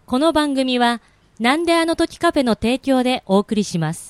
この番組はなんであの時カフェの提供でお送りします。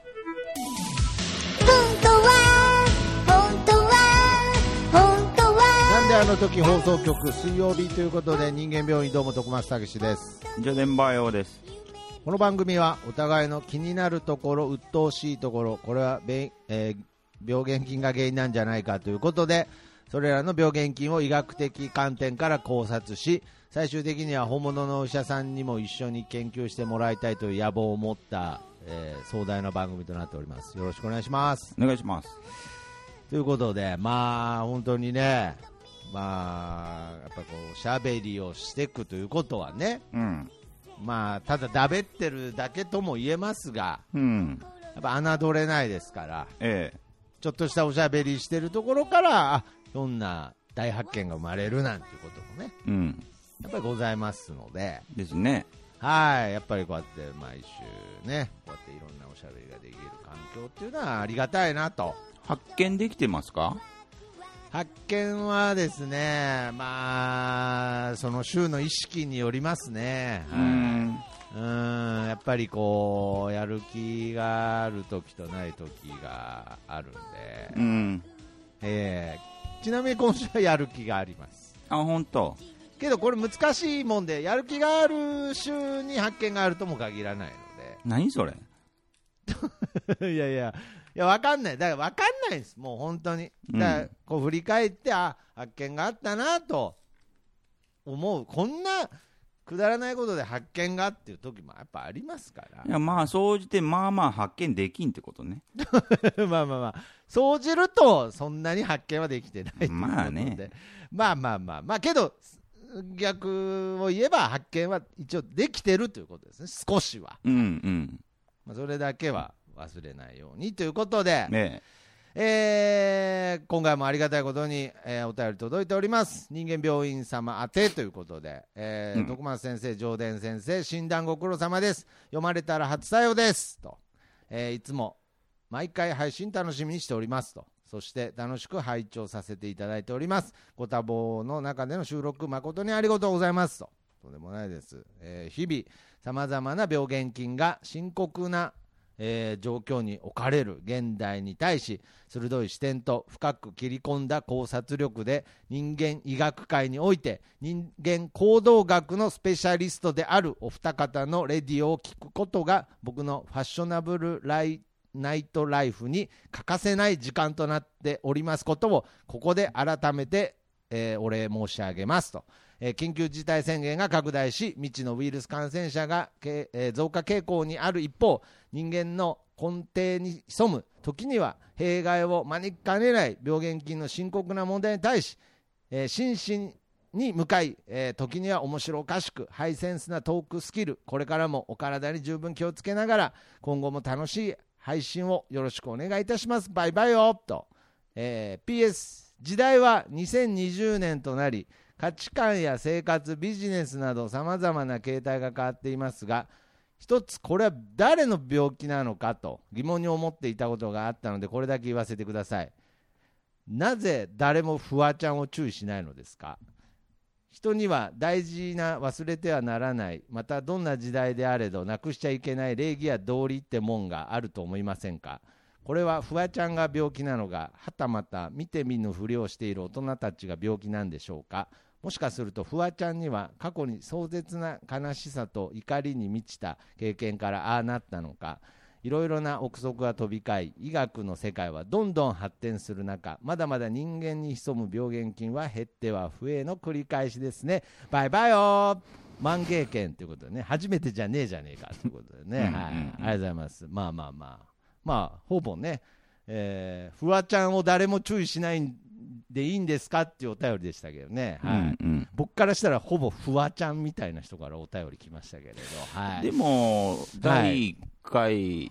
なんであの時放送局水曜日ということで、人間病院どうも徳松武史です。 じゃ電波用です。 この番組はお互いの気になるところ、鬱陶しいところ、これは病原菌が原因なんじゃないかということで、それらの病原菌を医学的観点から考察し、最終的には本物のお医者さんにも一緒に研究してもらいたいという野望を持った、壮大な番組となっております。よろしくお願いします。 お願いします。 ということで、本当にね、やっぱこうしゃべりをしていくということはね、ただだべってるだけとも言えますが、やっぱ侮れないですから、ちょっとしたおしゃべりしてるところからひょんな大発見が生まれるなんていうこともね、やっぱりございますのでですね。 やっぱりこうやって毎週ね、こうやっていろんなおしゃべりができる環境っていうのはありがたいなと。 発見できてますか？ 発見はですね、その週の意識によりますね。やっぱりこうやる気がある時とない時があるんで、ちなみに今週はやる気があります。 本当。けどこれ難しいもんで、やる気がある週に発見があるとも限らないので。 何それいや分かんない。だから分かんないんです、もう本当に。だからこう振り返って発見があったなと思う。こんなくだらないことで発見がっていう時もやっぱありますから。 いや総じて発見できんってことね。 総じるとそんなに発見はできてないということで、けど逆を言えば発見は一応できてるということですね、少しは。それだけは忘れないようにということで、今回もありがたいことに、お便り届いております。人間病院様宛てということで、徳松先生、上田先生、診断ご苦労様です。読まれたら初採用ですと、いつも毎回配信楽しみにしておりますと、そして楽しく拝聴させていただいております。ご多忙の中での収録誠にありがとうございますと。とんでもないです。日々さまざまな病原菌が深刻な状況に置かれる現代に対し、鋭い視点と深く切り込んだ考察力で人間医学界において人間行動学のスペシャリストであるお二方のレディオを聞くことが僕のファッショナブルナイトライフに欠かせない時間となっておりますことをここで改めて、お礼申し上げますと。緊急事態宣言が拡大し、未知のウイルス感染者が、増加傾向にある一方、人間の根底に潜む時には弊害を招きかねない病原菌の深刻な問題に対し、真摯に向かい、時には面白おかしくハイセンスなトークスキル、これからもお体に十分気をつけながら今後も楽しい配信をよろしくお願いいたします。バイバイよと。PS 時代は2020年となり、価値観や生活、ビジネスなどさまざまな形態が変わっていますが、一つこれは誰の病気なのかと疑問に思っていたことがあったので、これだけ言わせてください。なぜ誰もフワちゃんを注意しないのですか？人には大事な忘れてはならない、またどんな時代であれどなくしちゃいけない礼儀や道理ってもんがあると思いませんか？これはフワちゃんが病気なのが、はたまた見て見ぬふりをしている大人たちが病気なんでしょうか？もしかするとフワちゃんには過去に壮絶な悲しさと怒りに満ちた経験からああなったのか、いろいろな憶測が飛び交い、医学の世界はどんどん発展する中、まだまだ人間に潜む病原菌は減っては増えの繰り返しですね。バイバイよ万経験ということでね、初めてじゃねえじゃねえかということでね、ありがとうございます。ほぼね、フワちゃんを誰も注意しないんでいいんですかっていうお便りでしたけどね、僕からしたらほぼフワちゃんみたいな人からお便り来ましたけれど、 でも第1回、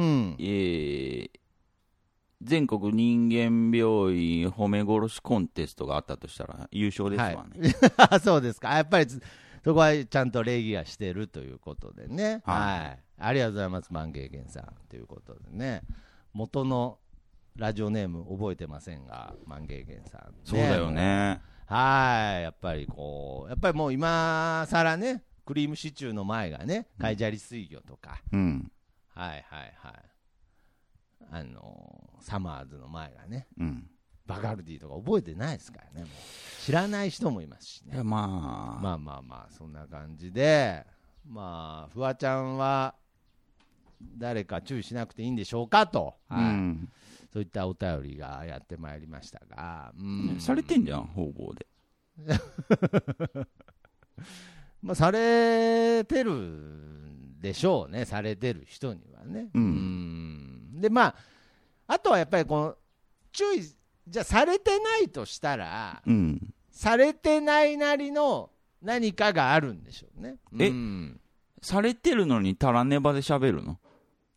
全国人間病院褒め殺しコンテストがあったとしたら優勝ですわね。 そうですか。やっぱりそこはちゃんと礼儀がしてるということでね、ありがとうございます。万芸源さんということでね、元のラジオネーム覚えてませんが、万芸源さん、 そうだよね。 やっぱりもう今更ね、 クリームシチューの前がね、海砂利水魚とか、 うん。 はいはいはい。サマーズの前がね、 うん。 バカルディとか覚えてないですからね、もう知らない人もいますしね。 まあそんな感じで、まあ、フワちゃんは誰か注意しなくていいんでしょうかと、はい、うん、そういったお便りがやってまいりましたが、 されてんじゃん、方々で。 まあ、されてるんでしょうね、されてる人にはね。で、まあ、あとはやっぱりこの注意、じゃあされてないとしたら、されてないなりの何かがあるんでしょうね。 されてるのにタラネバで喋るの？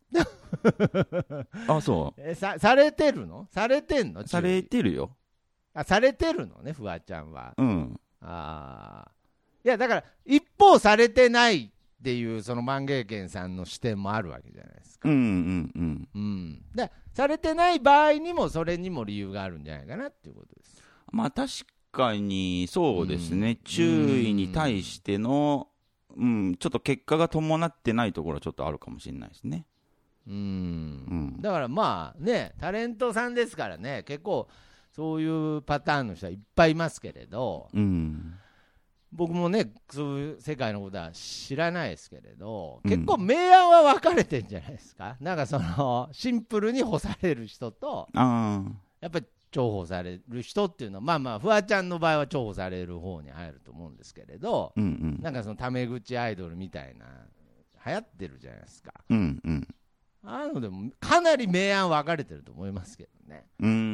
あ、そう。 されてるの？されてんの？ されてるよ。 されてるのね、フワちゃんは。 うん。 いや、だから、一方されてないっていう、その万芸軒さんの視点もあるわけじゃないですか。で、されてない場合にも、それにも理由があるんじゃないかなっていうことです。 まあ、確かに、そうですね。注意に対しての、ちょっと結果が伴ってないところはちょっとあるかもしれないですね。 だからまあね、タレントさんですからね、結構そういうパターンの人はいっぱいいますけれど、僕もね、そういう世界のことは知らないですけれど、結構明暗は分かれてるんじゃないですか。なんかそのシンプルに干される人と、やっぱり重宝される人っていうのは、まあまあフワちゃんの場合は重宝される方に入ると思うんですけれど、なんかそのタメ口アイドルみたいな流行ってるじゃないですか。でもかなり明暗分かれてると思いますけどね。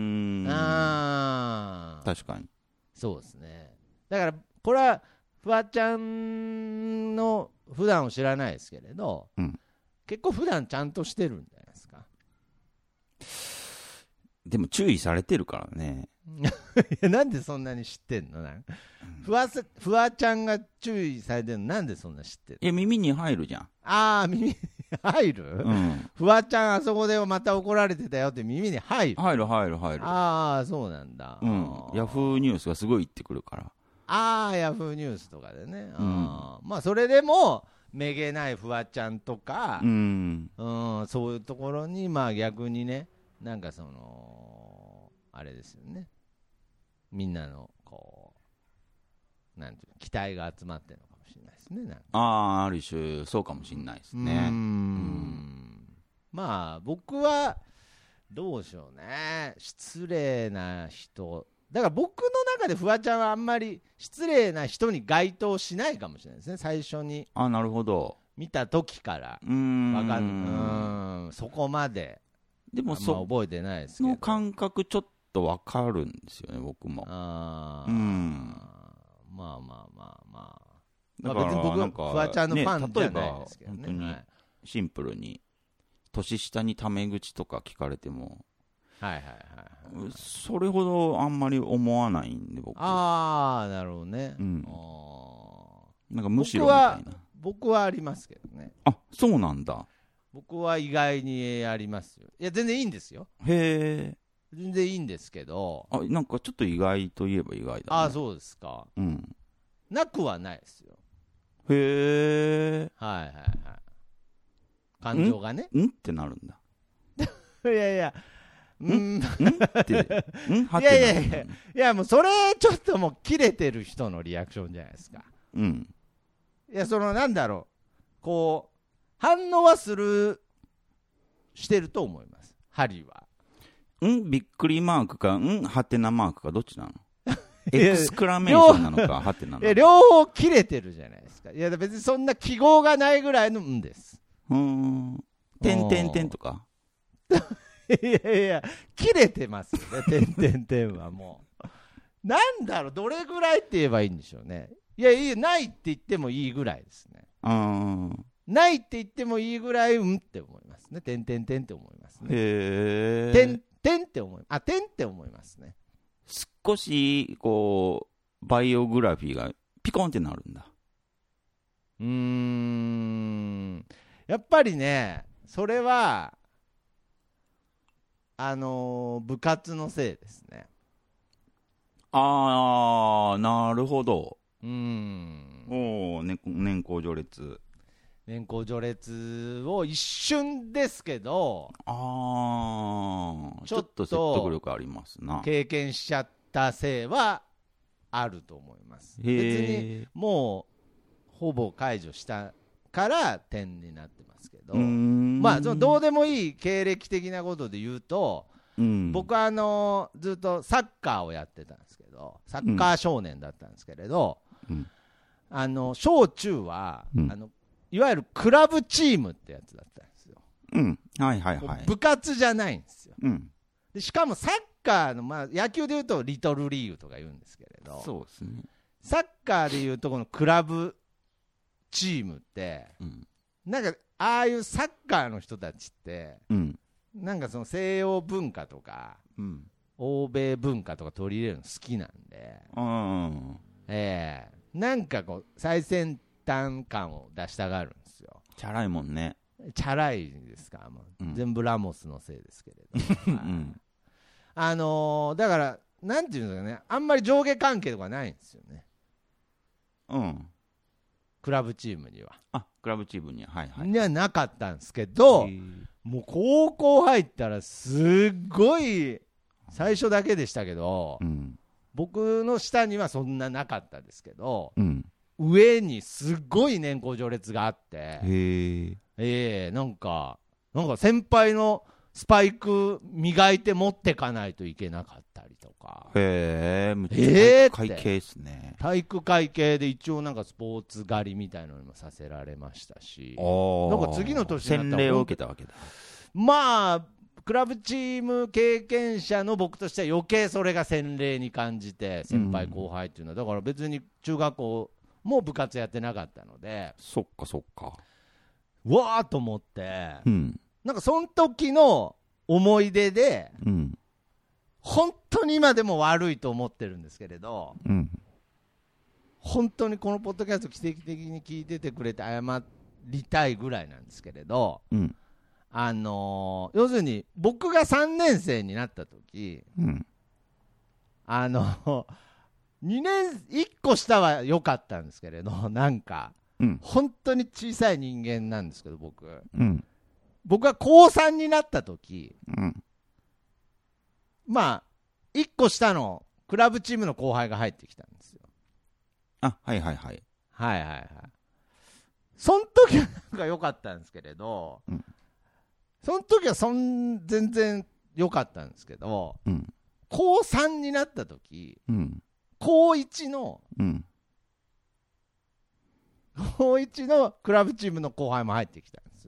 確かにそうですね。だからこれはフワちゃんの普段を知らないですけれど、結構普段ちゃんとしてるんじゃないですか。 でも注意されてるからね。 なんでそんなに知ってんの？なんかフワちゃんが注意されてるのなんでそんな知ってるの？ いや、耳に入るじゃん。 耳に入る？フワちゃんあそこでまた怒られてたよって耳に入る？入る。そうなんだ。 ヤフーニュースがすごい言ってくるから。 ヤフーニュースとかでね。まあそれでもめげないフワちゃんとか、そういうところにまあ逆にね、なんかそのあれですよね、みんなのこうなんていう期待が集まってるのかもしれないですね。なんかある種そうかもしれないですね。 まあ僕はどうでしょうね、失礼な人だから僕の中でフワちゃんはあんまり失礼な人に該当しないかもしれないですね。最初になるほど見た時から分かんそこまででも覚えてないですけど、 その感覚ちょっと分かるんですよね、僕も。 まあ別に僕はフワちゃんのファンじゃないですけどね。 例えば本当にシンプルに年下にタメ口とか聞かれても、それほどあんまり思わないんで、僕。 なるほどね。 なんかむしろみたいな。 僕はありますけどね。 そうなんだ。 僕は意外にありますよ。いや全然いいんですよ。 へえ。 全然いいんですけど。 なんかちょっと意外といえば意外だね。 そうですか。なくはないですよ。 へえ。 感情がね。 ってなるんだ。 いやっていやもうそれちょっともう切れてる人のリアクションじゃないですか。いやそのなんだろう、こう反応はしてると思います。ハリーはびっくりマークかハテナマークかどっちなの？エクスクラメーションなのかハテナなのか。両方切れてるじゃないですか。いや別にそんな記号がないぐらいのです。 点とかいや切れてますよね。点はもうなんだろう、どれぐらいって言えばいいんでしょうね。いやないって言ってもいいぐらいですね。ないって言ってもいいぐらいって思いますね。点って思いますね。点って思いますね。 少しこうバイオグラフィーがピコンってなるんだ。 やっぱりね、それは部活のせいですね。 なるほど。 おー、年功序列。 年功序列を一瞬ですけど、 ちょっと説得力ありますな。 経験しちゃったせいはあると思います。別にもうほぼ解除したから点になってますけど、まあどうでもいい経歴的なことで言うと、僕はずっとサッカーをやってたんですけど、サッカー少年だったんですけれど、小中は、いわゆるクラブチームってやつだったんですよ。 はいはいはい。 部活じゃないんですよ。でしかもサッカーの、野球でいうとリトルリーグとか言うんですけれど、 そうですね。 サッカーでいうとこのクラブチームって、なんかああいうサッカーの人たちって、なんかその西洋文化とか、欧米文化とか取り入れるの好きなんで、なんかこう最先端感を出したがるんですよ。 チャラいもんね。 チャラいですか、全部ラモスのせいですけれど、だからなんていうんですかね、あんまり上下関係とかないんですよね。クラブチームには。 クラブチームには、 にはなかったんですけど、もう高校入ったらすっごい、最初だけでしたけど、僕の下にはそんななかったですけど、上にすっごい年功序列があって、なんか先輩のスパイク磨いて持ってかないといけなかったりとか。 むっちゃ体育会系ですね。 体育会系で一応なんかスポーツ狩りみたいなのにもさせられましたし、なんか次の年になったら洗礼を受けたわけだ。 まあクラブチーム経験者の僕としては余計それが洗礼に感じて、先輩後輩っていうのは、だから別に中学校も部活やってなかったので、 そっかそっか、 うわーと思って、なんかその時の思い出で、本当に今でも悪いと思ってるんですけれど、本当にこのポッドキャスト奇跡的に聞いててくれて謝りたいぐらいなんですけれど、要するに僕が3年生になった時、2年1個下は良かったんですけれど、なんか、本当に小さい人間なんですけど、僕が高3になった時、まあ1個下のクラブチームの後輩が入ってきたんですよ。その時はなんか良かったんですけれど、その時は全然良かったんですけど、高3になった時、高1のクラブチームの後輩も入ってきたんですよ。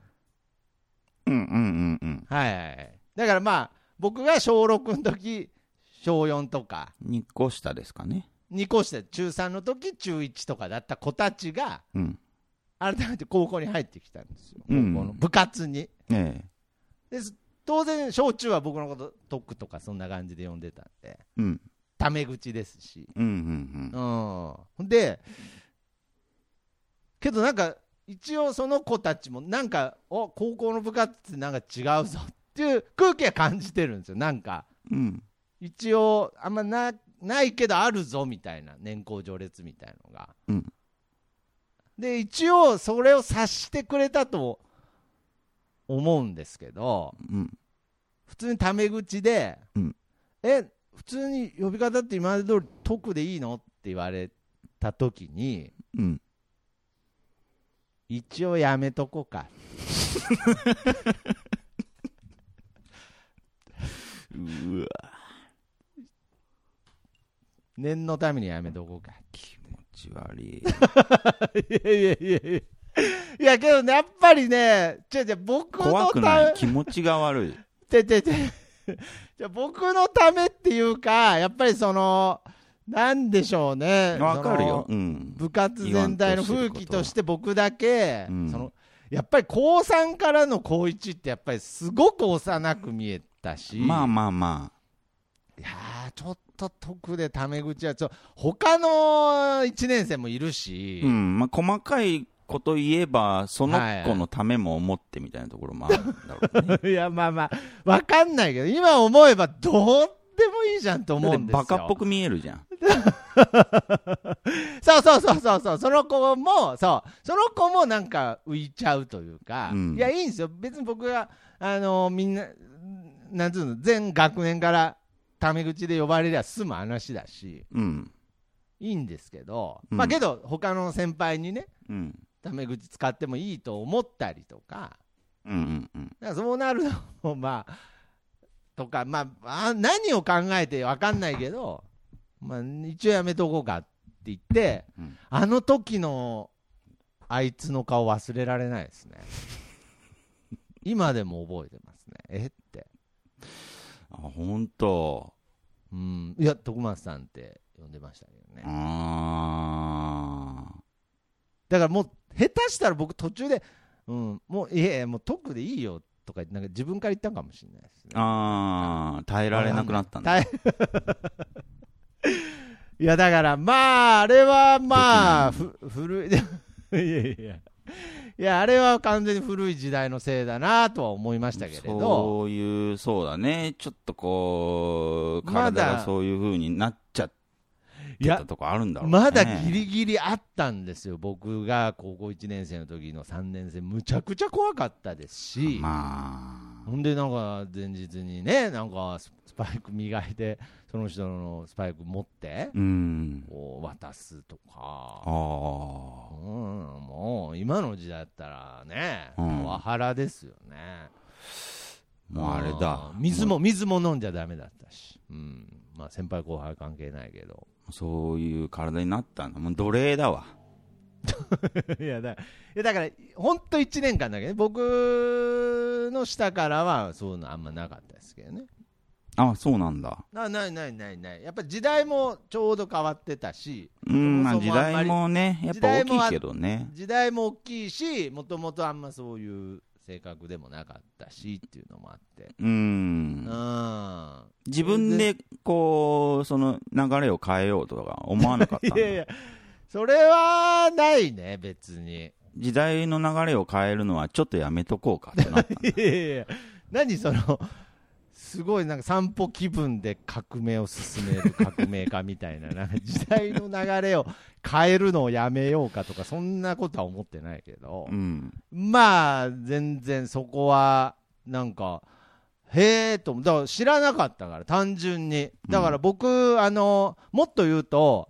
だからまあ僕が小6の時、小4とか 2個下ですかね。 2個下、中3の時中1とかだった子たちが、改めて高校に入ってきたんですよ、高校の部活に。で当然小中は僕のことトックとかそんな感じで呼んでたんで、タメ口ですし、でけどなんか一応その子たちもなんか高校の部活ってなんか違うぞっていう空気は感じてるんですよ。なんか、一応あんまないけどあるぞみたいな、年功序列みたいのが、で一応それを察してくれたと思うんですけど、普通にタメ口で、普通に呼び方って今まで通り徳でいいのって言われた時に、一応やめとこうかうわ、 念のためにやめとこうか。 気持ち悪いいやけどね、やっぱりね、僕の怖くない、気持ちが悪い僕のためっていうか、やっぱりなんでしょうね、 わかるよ、 部活全体の風紀として僕だけ、やっぱり高3からの高1ってやっぱりすごく幼く見えたし、いやちょっと得でタメ口は他の1年生もいるし、 細かいこと言えばその子のためも思ってみたいなところもあるんだろうね。 いやまあ分かんないけど、今思えばどうででもいいじゃんと思うんですよ。 バカっぽく見えるじゃん。 そう、その子もなんか浮いちゃうというか、いや、いいんですよ。別に僕が、みんな、なんつうの、全学年からタメ口で呼ばれりゃ済む話だし、いいんですけど、まあけど、他の先輩にね、タメ口使ってもいいと思ったりとか、だからそうなるのも、まあ、とか、まあ、何を考えて分かんないけど、まあ、一応やめとこうかって言って、あの時のあいつの顔忘れられないですね。今でも覚えてますね。って。 あ、本当。 いや、徳松さんって呼んでましたけどね。だからもう、下手したら僕途中で、もう、もう徳でいいよとか、なんか自分から言ったかもしれないですね。 耐えられなくなったんだ。 いや、だから、まあ、あれはまあ、古い。いや、あれは完全に古い時代のせいだなとは思いましたけれど。 そうだね。ちょっとこう、体がそういう風になっちゃってたとこあるんだろうね。 まだギリギリあったんですよ。僕が高校1年生の時の3年生、むちゃくちゃ怖かったですし。ほんで、なんか、前日にね、なんか、スパイク磨いて、その人のスパイク持って、こう渡すとか。もう、今の時代だったらね、パワハラですよね。 もうあれだ。 水も飲んじゃダメだったし。まあ、先輩後輩関係ないけど。 そういう体になったんだ。もう奴隷だわ。 いやだから本当1年間だけね、僕の下からはそういうのあんまなかったですけどね。 あ、そうなんだ。 ない。やっぱ時代もちょうど変わってたし、 まあ時代もね、やっぱ大きいけどね。 時代も大きいし、もともとあんまそういう性格でもなかったしっていうのもあって。 自分でこうその流れを変えようとか思わなかったんだ。 いやそれはないね、別に。 時代の流れを変えるのはちょっとやめとこうかってなったんだ。 何その、すごいなんか散歩気分で革命を進める革命家みたいな、なんか時代の流れを変えるのをやめようかとか、そんなことは思ってないけど、まあ、全然そこは、なんか、へーと、だから知らなかったから、単純に。だから僕、もっと言うと、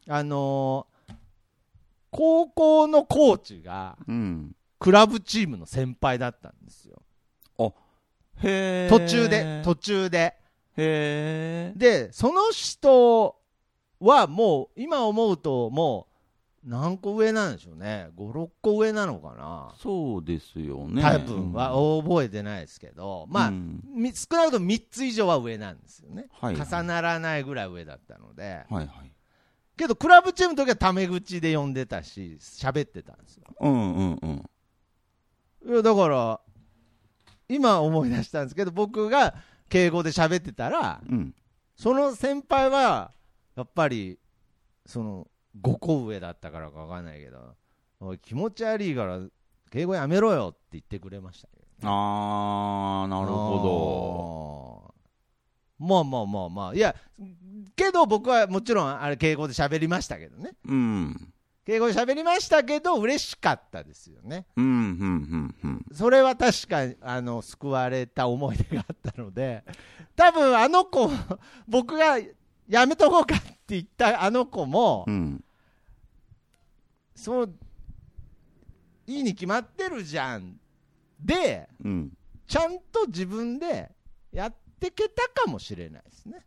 高校のコーチが、クラブチームの先輩だったんですよ。 へー。 途中で。 へー。 で、その人はもう、今思うともう、何個上なんでしょうね。5、6個上なのかな。 そうですよね。 多分は覚えてないですけど、まあ、少なくとも3つ以上は上なんですよね。重ならないぐらい上だったので。けど、クラブチームの時はタメ口で呼んでたし、喋ってたんですよ。いや、だから、今思い出したんですけど、僕が敬語で喋ってたら、その先輩は、やっぱり、その、5個上だったからか分かんないけど、おい気持ち悪いから、敬語やめろよって言ってくれましたけど、ね。 なるほど。まあ。いや、けど僕はもちろん、あれ、敬語で喋りましたけどね。敬語で喋りましたけど、嬉しかったですよね。それは確かに、救われた思い出があったので、多分あの子、僕がやめとこうかって言ったあの子も、そう、いいに決まってるじゃん。で、ちゃんと自分でやってけたかもしれないですね。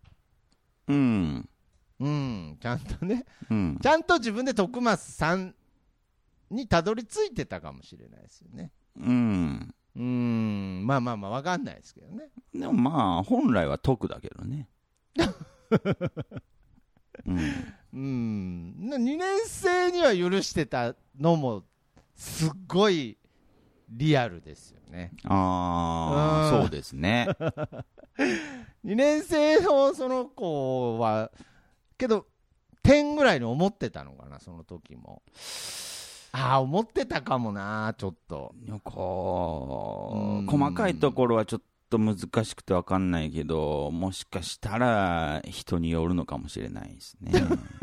ちゃんとね、ちゃんと自分で徳松さんにたどり着いてたかもしれないですよね。まあ分かんないですけどね。 でもまあ本来は徳だけどね。 2年生には許してたのもすっごいリアルですよね。 そうですね。 2年生のその子はけど点ぐらいに思ってたのかな、その時も。思ってたかもな、ちょっと。 細かいところはちょっと難しくて分かんないけど、もしかしたら人によるのかもしれないですね。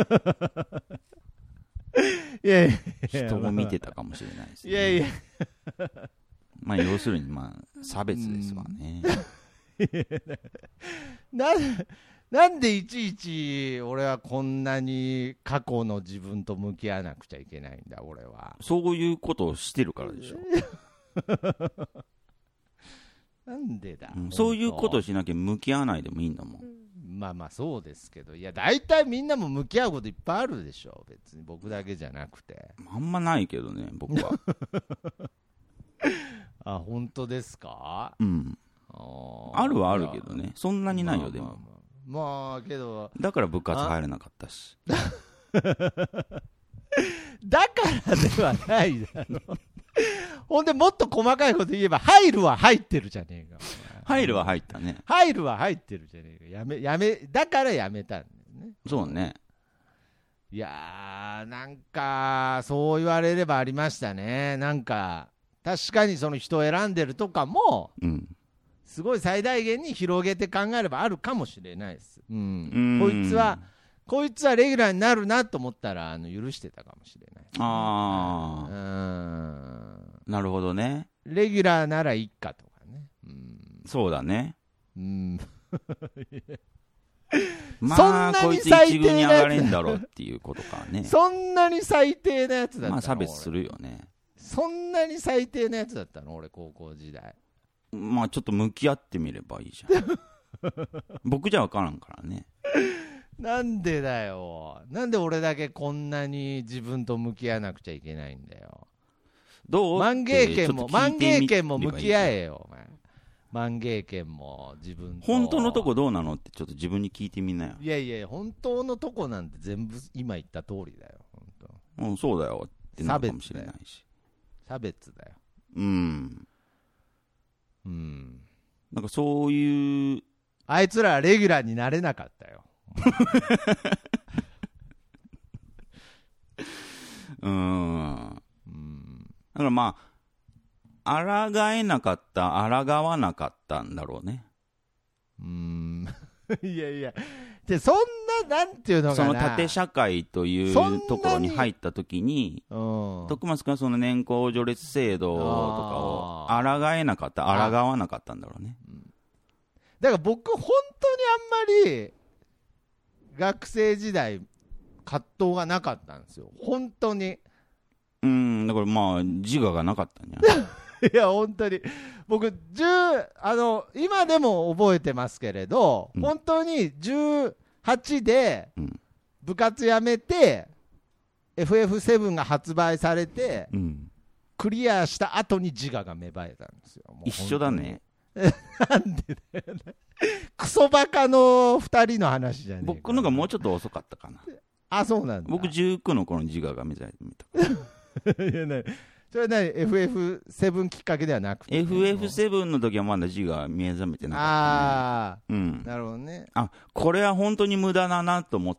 いやいや人も見てたかもしれないですね。 いやいやまあ要するにまあ差別ですわね。 なんでいちいち俺はこんなに過去の自分と向き合わなくちゃいけないんだ俺は。 そういうことをしてるからでしょ。 なんでだ、 そういうことをしなきゃ向き合わないでもいいんだもん。 まあまあそうですけど、いや大体みんなも向き合うこといっぱいあるでしょ、別に僕だけじゃなくて。 あんまないけどね、僕は。 あ、本当ですか？ うん。あるはあるけどね、そんなにないよ、でも。 まあけどだから部活入れなかったし。 だからではないだろ。ほんでもっと細かいこと言えば入るは入ってるじゃねえか。 入るは入ったね。 入るは入ってるじゃねえか。やめだからやめたんだよね。 そうね。 いやーなんかそう言われればありましたね。なんか確かにその人を選んでるとかも、 うん、 すごい最大限に広げて考えればあるかもしれないです。こいつはレギュラーになるなと思ったら許してたかもしれない、ね。 ああ、なるほどね。 レギュラーならいいかとかね。 そうだね。 まあこいつ一軍に上がれんだろうっていうことかね。 そんなに最低なやつだったの？ まあ差別するよね。 そんなに最低なやつだったの俺高校時代。 まあちょっと向き合ってみればいいじゃん。僕じゃ分からんからね。 なんでだよ。なんで俺だけこんなに自分と向き合わなくちゃいけないんだよ。 どう？ 万芸圏も向き合えよお前。万芸圏も自分と。 本当のとこどうなのってちょっと自分に聞いてみなよ。 いやいや本当のとこなんて全部今言った通りだよ。 本当。そうだよってなるかもしれないし。 差別だよ。 なんかそういう。 あいつらはレギュラーになれなかったよ。 だからまあ抗えなかった、抗わなかったんだろうね。 いやいやでそんななんていうのかな、 その縦社会というところに入ったときに、徳松君はその年功序列制度とかを抗えなかった、抗わなかったんだろうね。 だから僕本当にあんまり学生時代葛藤がなかったんですよ本当に。 だからまあ自我がなかったんじゃないいや本当に僕今でも覚えてますけれど、本当に18で部活やめて、FF7 が発売されて、クリアした後に自我が芽生えたんですよ。 一緒だね。 なんでだよね。クソバカの2人の話じゃねえか。 僕のがもうちょっと遅かったかな。 あ、そうなんだ。 僕19の頃に自我が目覚めた。 いやね、それは何 FF7 きっかけではなくて、 FF7 の時はまだ自我が目覚めてなかった、ね。 なるほどね。 これは本当に無駄だなと思って、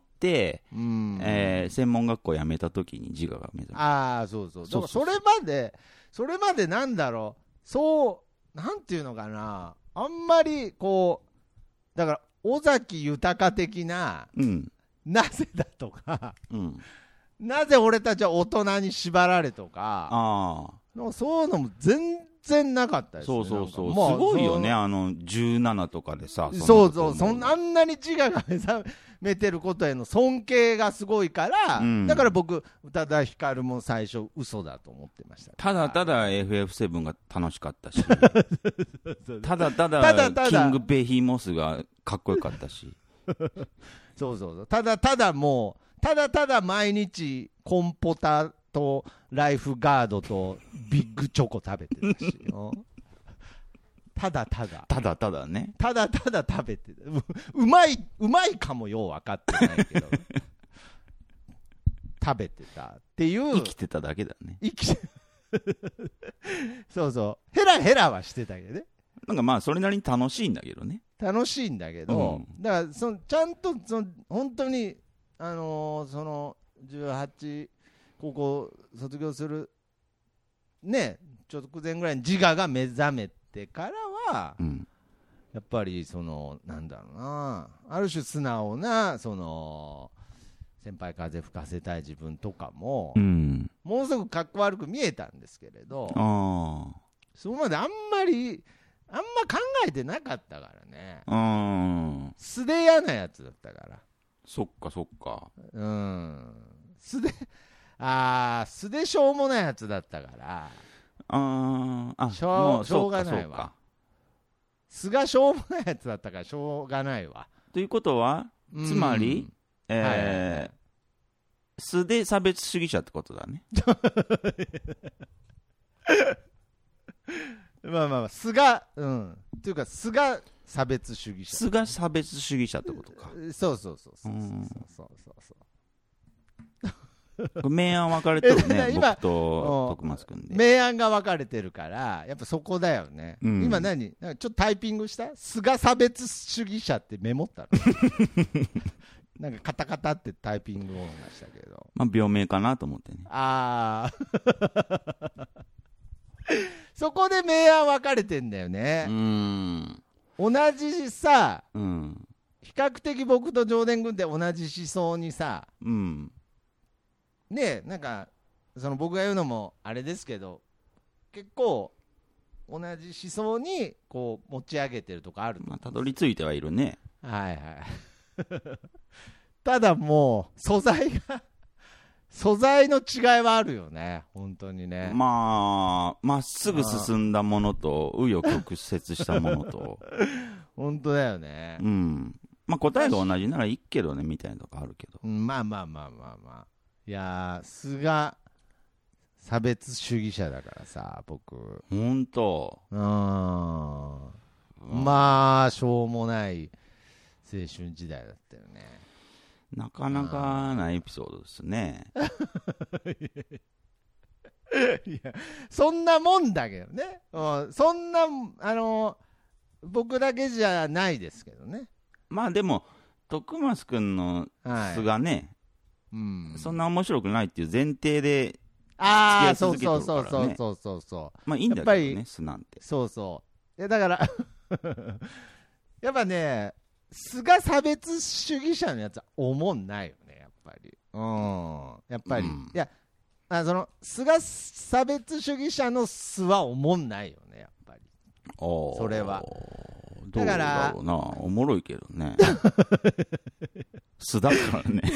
専門学校辞めた時に自我が目覚めた。 そうそう。だからそれまでなんだろう、なんていうのかな、あんまりこう、だから尾崎豊的な、なぜだとか、なぜ俺たちは大人に縛られとか、そういうのも全然なかったですね。 そう、すごいよね、17とかでさ。 そう、あんなに自我が目覚めてることへの尊敬がすごいから、だから僕、宇多田ヒカルも最初、嘘だと思ってました。 ただただ FF7 が楽しかったし、ただただキングベヒモスがかっこよかったし。 そう、ただただ毎日コンポタとライフガードとビッグチョコ食べてたしただね、ただ食べてた。うまいかもよう分かってないけど食べてたっていう。 生きてただけだね。 そうヘラヘラはしてたけどね。 なんかまあそれなりに楽しいんだけどね。 楽しいんだけど、だからちゃんと本当に18高校卒業するね直前ぐらいに自我が目覚めてからは、 やっぱりなんだろうな、ある種素直な先輩風吹かせたい自分とかも、ものすごくかっこ悪く見えたんですけれど、そこまであんま考えてなかったからね。素で嫌なやつだったから。 そっかそっか。 素でしょうもないやつだったから。しょうがないわ。素がしょうもないやつだったからしょうがないわ。 ということは、つまり、素で差別主義者ってことだね。 まあまあ、素が、っていうか素が差別主義者。 素が差別主義者ってことか。 そう。 明暗分かれてるね、僕と徳松君で。 明暗が分かれてるから、やっぱそこだよね。今なんかちょっとタイピングした？素が差別主義者ってメモったのなんかカタカタってタイピング音がしたけど。 まあ、病名かなと思ってね。 そこで明暗分かれてんだよね。同じさ、比較的僕と上田君って同じ思想にさ、ね、なんか僕が言うのもあれですけど、結構同じ思想にこう持ち上げてるとこある。 まあ、たどり着いてはいるね。 はいただもう素材の違いはあるよね、本当にね。 まっすぐ進んだものと紆余曲折したものと本当だよね。 まあ答えが同じならいいけどねみたいなとこあるけど、 まあいや素が差別主義者だからさ、僕。 本当。 まあしょうもない青春時代だったよね。 なかなかなエピソードですね。 いや、そんなもんだけどね。そんな僕だけじゃないですけどね。 まあでも徳松君の素がね、そんな面白くないっていう前提で付き合い続けてるからね。 そう。 まあいいんだけどね、素なんて。 そう。だからやっぱね、素が差別主義者のやつはおもんないよね、やっぱり。やっぱり。いや、素が差別主義者の素はおもんないよね、やっぱり。それは。 だから、どうだろうな、おもろいけどね。素だからね。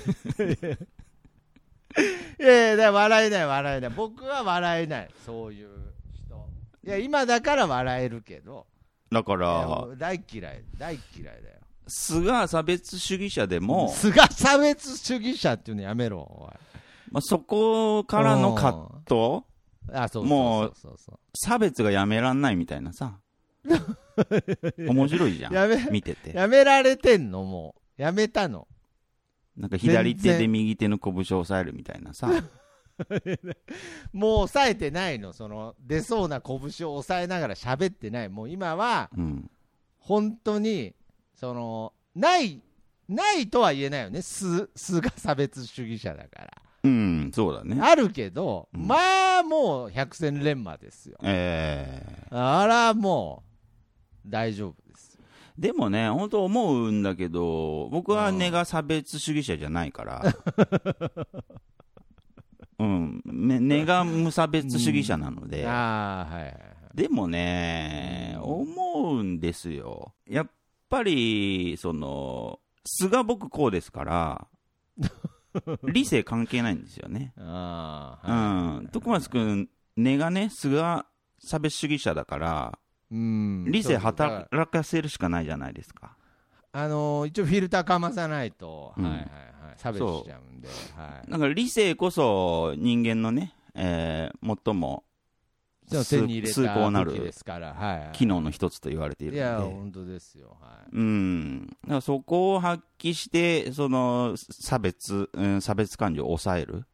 いや、だから笑えない。僕は笑えない、そういう人。いや、今だから笑えるけど。 だから大嫌いだよ。 素が差別主義者でも、 素が差別主義者っていうのやめろ、おい。 まあ、そこからの葛藤、もう差別がやめらんないみたいなさ。面白いじゃん、見てて。 やめられてんの？もうやめたの？ なんか左手で右手の拳を押さえるみたいなさ。 もう押さえてないの。出そうな拳を押さえながら喋ってない。もう今は、本当にないとは言えないよね。素が差別主義者だから。 そうだね。 あるけど、まあもう百戦錬磨ですよ。あらもう大丈夫です。 でもね、本当思うんだけど、僕は根が差別主義者じゃないから。根が無差別主義者なので。でもね、思うんですよ。やっぱり素が僕こうですから。理性関係ないんですよね。徳松君、根がね、素が差別主義者だから、理性働かせるしかないじゃないですか。 一応フィルターかまさないと、差別しちゃうんで。 なんか理性こそ人間のね、最も手に入れた武器ですから、機能の一つと言われているので。 いや、本当ですよ。 だからそこを発揮して、差別感情を抑える。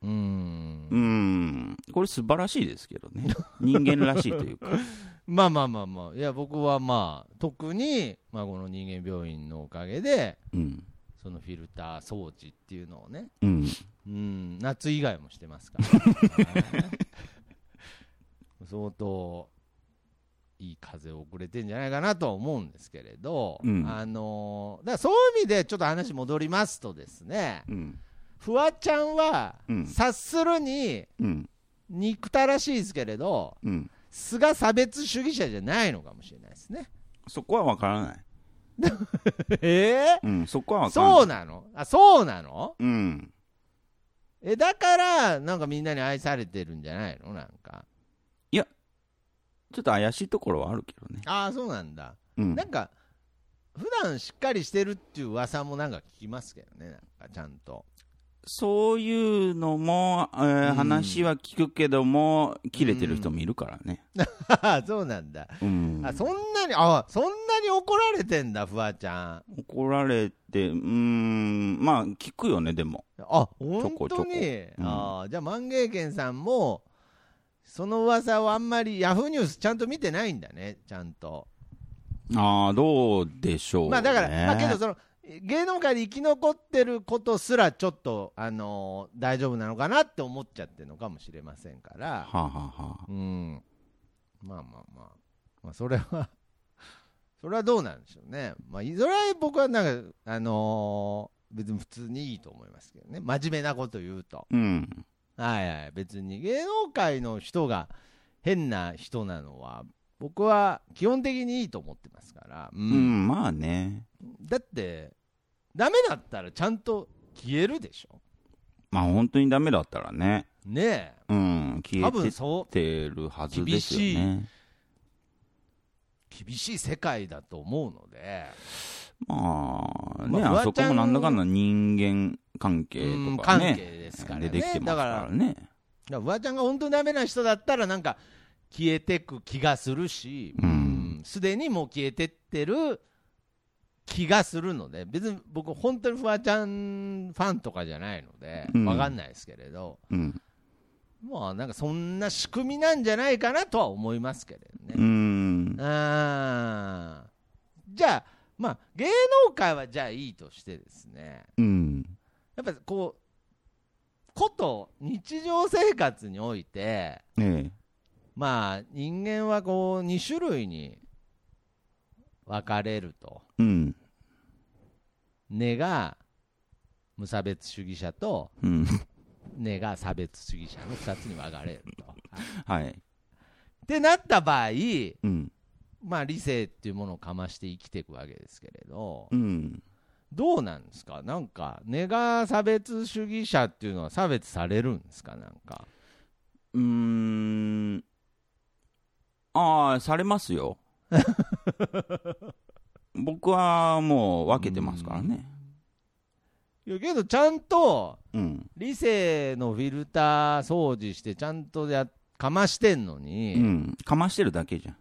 これ素晴らしいですけどね。人間らしいというか。 まあ。いや、僕は特に、この人間病院のおかげで、そのフィルター装置っていうのをね、夏以外もしてますから。相当いい風を送れてんじゃないかなとは思うんですけれど、 うん、 だからそういう意味でちょっと話戻りますとですね、 うん、 フワちゃんは、 うん、 察するに、 うん、 憎たらしいですけれど、 うん、 菅差別主義者じゃないのかもしれないですね。 そこは分からない。 うん、 そこは分からない。 そうなの？そうなの？ うん。 だからなんかみんなに愛されてるんじゃないの？なんか。 いや、ちょっと怪しいところはあるけどね。 そうなんだ。 うん、 なんか普段しっかりしてるっていう噂もなんか聞きますけどね、なんかちゃんと。 そういうのも、話は聞くけども、切れてる人もいるからね。 そうなんだ。 うん、 そんなに怒られてんだ、フワちゃん。 怒られて、まあ、聞くよね、でも。 本当に。 ちょこじゃあ、万芸軒さんも、その噂をあんまり、ヤフーニュースちゃんと見てないんだね、ちゃんと。 どうでしょうね。 だから、けど芸能界で生き残ってることすらちょっと、大丈夫なのかなって思っちゃってるのかもしれませんから、それはどうなんでしょうね。それは僕はなんか、別に普通にいいと思いますけどね、真面目なこと言うと、別に芸能界の人が変な人なのは、僕は基本的にいいと思ってますから、 まあね。 だってダメだったらちゃんと消えるでしょ。 本当にダメだったらね。 ねえ。 消えてるはずですよね。 厳しい世界だと思うので。 あそこもなんだかんだ人間関係とかね。 関係ですからね。 でできてますからね。 フワちゃんが本当にダメな人だったらなんか消えてく気がするし、すでにもう消えてってる気がするので、別に僕本当にフワちゃんファンとかじゃないので分かんないですけれど、なんかそんな仕組みなんじゃないかなとは思いますけれどね。じゃあ芸能界はじゃあいいとしてですね、やっぱこと日常生活において、人間は2種類に分かれると、根が無差別主義者と、根が差別主義者の2つに分かれると。ってなった場合、理性っていうものをかまして生きていくわけですけれど、どうなんですか？なんか根が差別主義者っていうのは差別されるんですか？なんかされますよ。僕はもう分けてますからね。 いやけどちゃんと理性のフィルター掃除してちゃんとかましてんのに、 かましてるだけじゃん。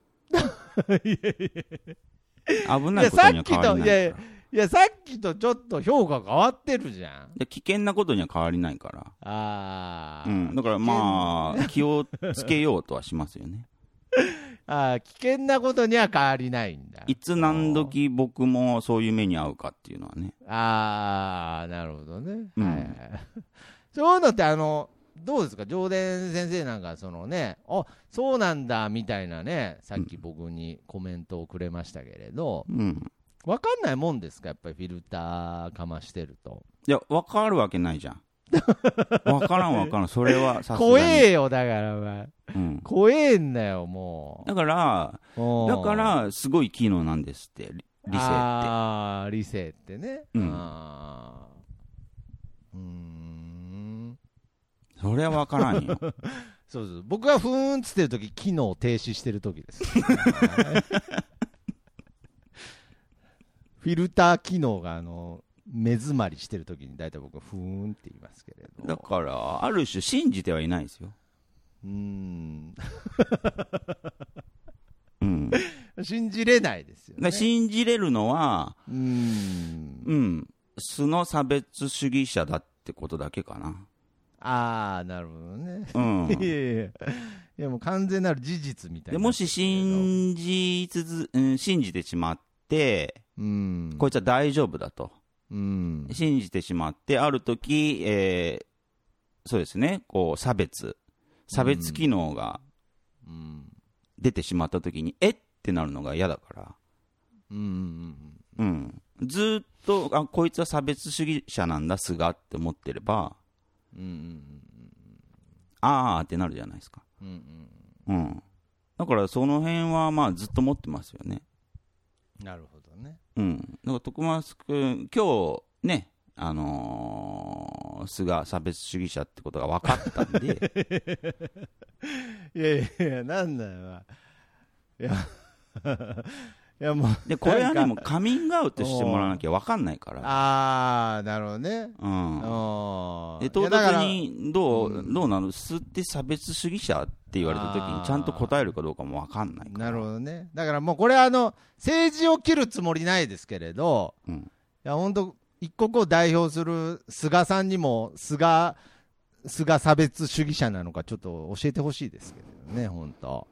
危ないことには変わりないから。 いやさっきとちょっと評価変わってるじゃん。 危険なことには変わりないから。だから気をつけようとはしますよね。 危険なことには変わりないんだ。 いつ何時僕もそういう目に遭うかっていうのはね。 なるほどね。そういうのってどうですか？上田先生なんかそうなんだみたいなね、さっき僕にコメントをくれましたけれど、分かんないもんですか？やっぱりフィルターかましてると。 いや、分かるわけないじゃん。分からん。それはさすがに。 怖えよ、だから怖えんだよ、もう。 だからすごい機能なんですって、理性って。 理性ってね。 それは分からんよ。 そう僕がふーんつってるとき、機能停止してるときです。フィルター機能が目詰まりしてるときに大体僕はふーんって言いますけれど。 だからある種信じてはいないですよ。 信じれないですよね。 信じれるのは素の差別主義者だってことだけかな。 なるほどね。いやもう完全なる事実みたいな。 でもし信じてしまって、こいつは大丈夫だと、信じてしまって、ある時、そうですね、差別機能が出てしまった時にってなるのが嫌だから、ずーっとこいつは差別主義者なんだ菅って思ってれば、あーってなるじゃないですか。だからその辺はまあずっと持ってますよね。 なるほどね。 だから徳松君今日ね、菅差別主義者ってことが分かったんでいやなんだよ、いやもうでこれはねもうカミングアウトしてもらわなきゃ分かんないから。 なるほどね。 で唐突にどうなの菅って差別主義者って言われた時にちゃんと答えるかどうかも分かんないから。 なるほどね。だからもうこれ政治を切るつもりないですけれど、いや本当一国を代表する菅さんにも菅差別主義者なのかちょっと教えてほしいですけどね、本当。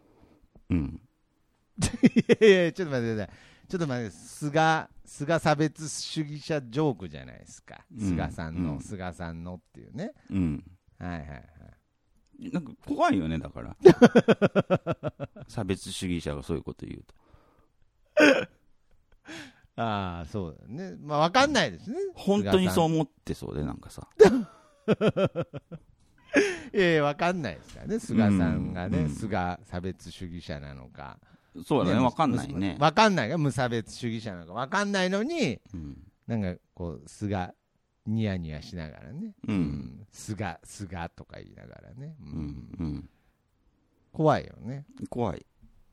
いやちょっと待ってください。ちょっと待って、菅差別主義者ジョークじゃないですか。菅さんのっていうね。 なんか怖いよね、だから差別主義者がそういうこと言うとそうだね。まあ分かんないですね。 本当にそう思ってそうで、なんかさ分かんないですからね、菅さんがね、菅差別主義者なのか。 そうだね、分かんないね。 分かんないが無差別主義者なのか分かんないのに、なんかこう菅ニヤニヤしながらね、菅とか言いながらね、怖いよね。 怖い。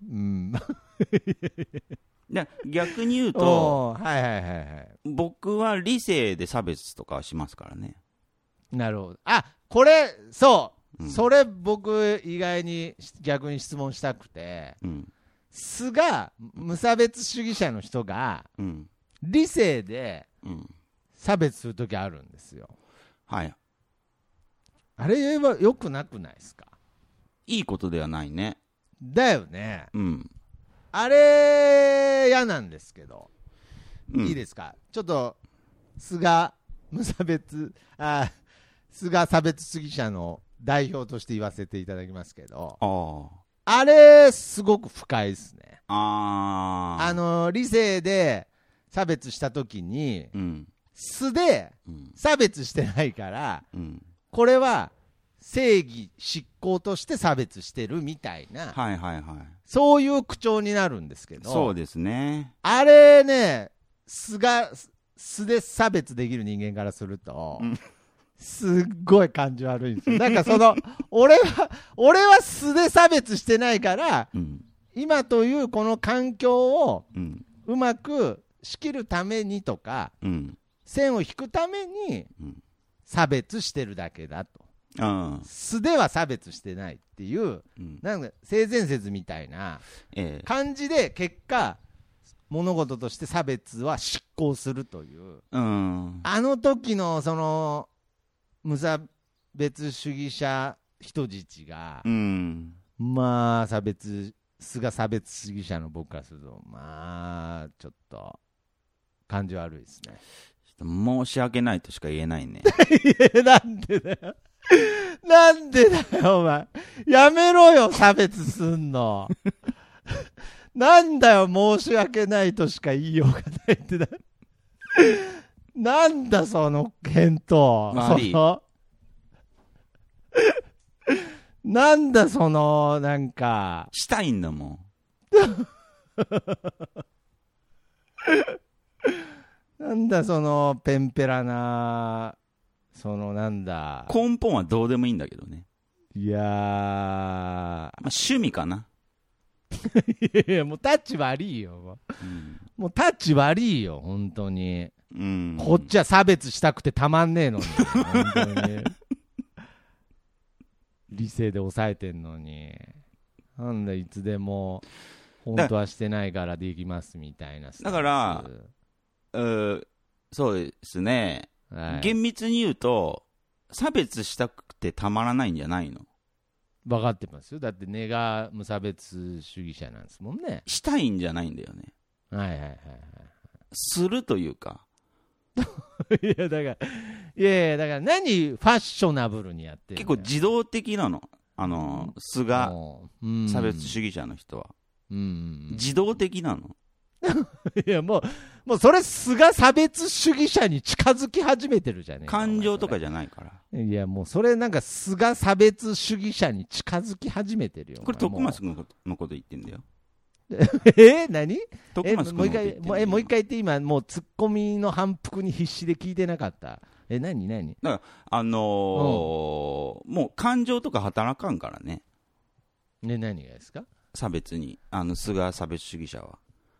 逆に言うと、僕は理性で差別とかはしますからね。 なるほど。これそれ僕意外に逆に質問したくて、菅無差別主義者の人が理性で差別するときあるんですよ。あれは良くなくないですか？ いいことではないね。 だよね。あれ嫌なんですけど、いいですか？ちょっと菅差別主義者の代表として言わせていただきますけど、あれすごく不快ですね。理性で差別したときに、素で差別してないから、これは正義執行として差別してるみたいな、そういう口調になるんですけど、 そうですね。あれね、素で差別できる人間からすると、すっごい感じ悪いんですよ。なんか俺は素で差別してないから、今というこの環境をうまく仕切るためにとか、線を引くために差別してるだけだと。素では差別してないっていう、なんか性善説みたいな感じで結果物事として差別は執行するという、あの時の無差別主義者人質が、まあ菅差別主義者の僕からするとまあちょっと感じ悪いですね。 申し訳ないとしか言えないね。 なんでだよなんでだよお前、やめろよ差別すんのなんだよ申し訳ないとしか言いようがないってなんだその返答、なんだなんかしたいんだもんなんだペンペラななんだ根本はどうでもいいんだけどね。 いや趣味かな。 いやもうタッチ悪いよ、もうタッチ悪いよ本当に、こっちは差別したくてたまんねえのに本当に理性で抑えてんのに、なんだいつでも本当はしてないからできますみたいな。 だからそうですね、厳密に言うと差別したくてたまらないんじゃないの？ 分かってますよ。だって根が無差別主義者なんですもんね。 したいんじゃないんだよね。するというかいやだから何ファッショナブルにやってる。 結構自動的なの。 菅差別主義者の人は。自動的なの。 いやもうそれ菅差別主義者に近づき始めてるじゃねえか。 感情とかじゃないから。 いやもうそれなんか菅差別主義者に近づき始めてるよ。 これ徳松君のこと言ってんだよ。 何？ 徳松君のこと言ってんだよ。 もう一回言って。今もうツッコミの反復に必死で聞いてなかった。何？ だからもう感情とか働かんからね。 ね、何がですか？ 差別に菅差別主義者は。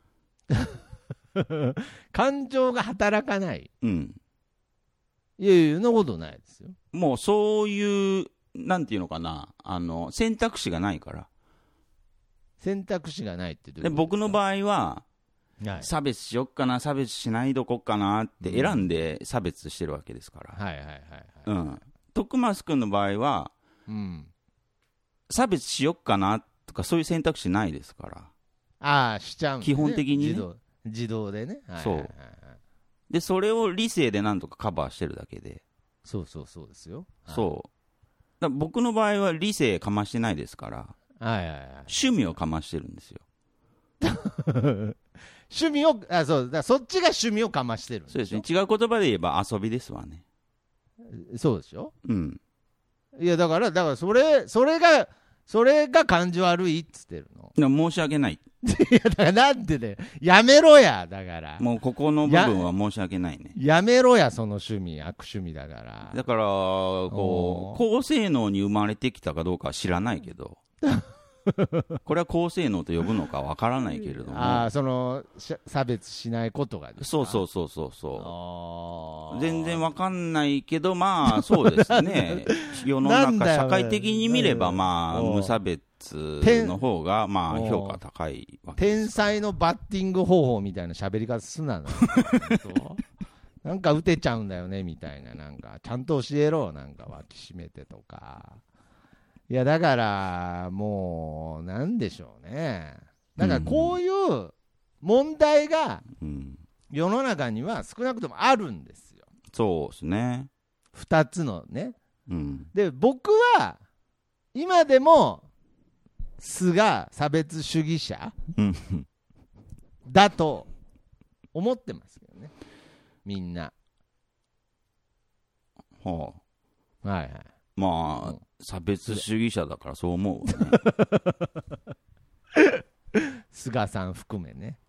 感情が働かない。 うん。 いやいや、そんなことないですよ。 もうそういうなんていうのかな、選択肢がないから。 選択肢がないってどういうことですか？ で僕の場合は、 はい、 差別しよっかな、差別しないどこかなって選んで差別してるわけですから。 はいはいはい、はい。 うん。徳増君の場合は、 うん、 差別しよっかなとかそういう選択肢ないですから。 ああ、しちゃうんですね。 基本的に、ね、 自動でね。 そう。で、それを理性でなんとかカバーしてるだけで。 そうですよ。 そう。だ僕の場合は理性かましてないですから。 はいはいはい。 趣味をかましてるんですよ。 趣味を、そうだ、そっちが趣味をかましてるんでしょ。 そうですね。違う言葉で言えば遊びですわね。 そうでしょ。 うん。 いやだからそれが感情悪いっつってるの。 申し訳ない。 いやだからなんでね、やめろや、だから。 もうここの部分は申し訳ないね。 やめろや、その趣味、悪趣味だから。 だから、高性能に生まれてきたかどうかは知らないけど、これは高性能と呼ぶのかわからないけれども。 その、差別しないことがですか？ そう。全然わかんないけど、まあ、そうですね。世の中、社会的に見れば、まあ、無差別の方が、まあ、評価高いわけです。 天才のバッティング方法みたいな喋り方すなの。なんか打てちゃうんだよね、みたいな。なんか、ちゃんと教えろ。なんか、脇締めてとか。いやだからもうなんでしょうね。だからこういう問題が世の中には少なくともあるんですよ。 そうですね。 2つのね、で僕は今でも菅差別主義者だと思ってますけどね、みんな。 はあ、はいはい。 まあ、差別主義者だからそう思うわね。菅さん含めね。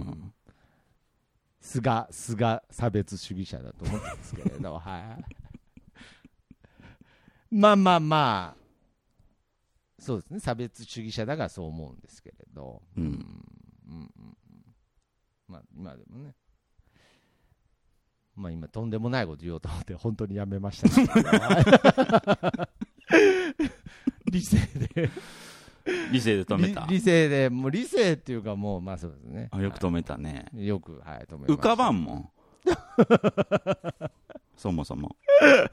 菅差別主義者だと思ってますけれど、はい。まあ、そうですね。差別主義者だからそう思うんですけれど。まあ、今でもね。まあ今とんでもないこと言おうと思って本当にやめましたけど。理性で止めた。 理性で、もう理性っていうかもう、まあそうですね。 よく止めたね。 よく、はい、止めました。 浮かばんもん。そもそも。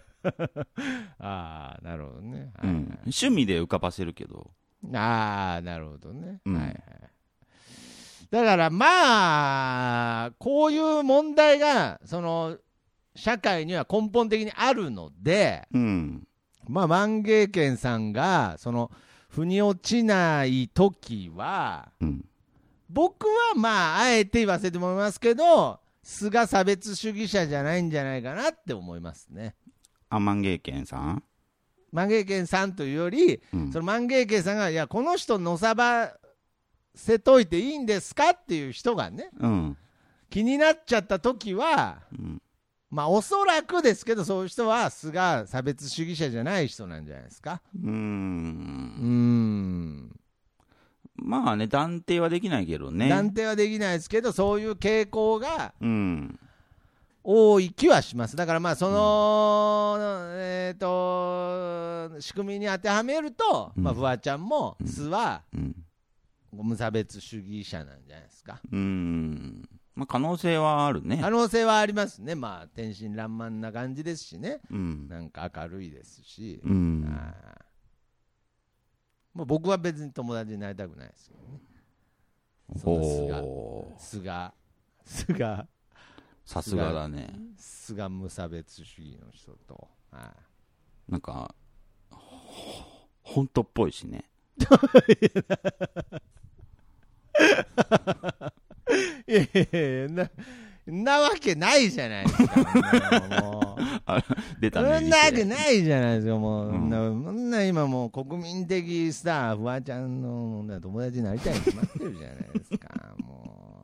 ああ、なるほどね。 趣味で浮かばせるけど。 ああ、なるほどね。はいはい。だからまあ、こういう問題が、その、社会には根本的にあるので、まあ、万芸軒さんが、その、腑に落ちないときは、僕はまあ、あえて言わせてもらいますけど、菅差別主義者じゃないんじゃないかなって思いますね。 万芸軒さん？ 万芸軒さんというより、その万芸軒さんが、いや、この人のさばせといていいんですかっていう人がね、気になっちゃったときは、まあおそらくですけど、そういう人は菅差別主義者じゃない人なんじゃないですか。 まあね、断定はできないけどね。 断定はできないですけど、そういう傾向が多い気はします。だからまあその、仕組みに当てはめると、まあフワちゃんも菅は無差別主義者なんじゃないですか。 まあ、可能性はあるね。 可能性はありますね。まあ天真爛漫な感じですしね、なんか明るいですし、もう僕は別に友達になりたくないですけどね。菅さすがだね。 菅無差別主義の人と、 なんか本当っぽいしね。 いやいやいや、なわけないじゃないですか。もう出たね。 そんなわけないじゃないですか。もう、そんな今もう国民的スター、フワちゃんの友達になりたいに決まってるじゃないですか。も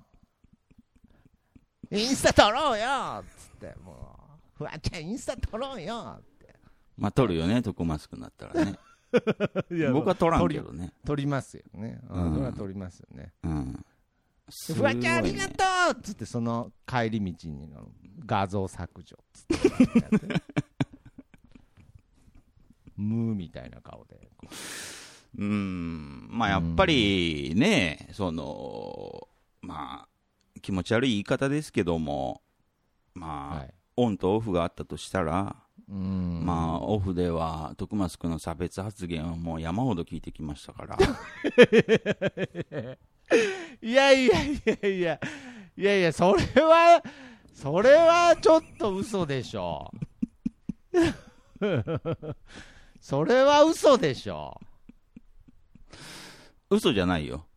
う、インスタ撮ろうよっつって、もう、フワちゃんインスタ撮ろうよって。 まあ撮るよね、徳マスクになったらね。僕は撮らんけどね。 撮りますよね。それは撮りますよね。フワちゃんありがとうっつって、その帰り道に画像削除っつってムーみたいな顔で。 まあやっぱりね、まあ気持ち悪い言い方ですけども、まあ、はい、オンとオフがあったとしたら、まあオフでは徳マスクの差別発言はもう山ほど聞いてきましたから。 いや、それはちょっと嘘でしょ。それは嘘でしょ。 嘘じゃないよ。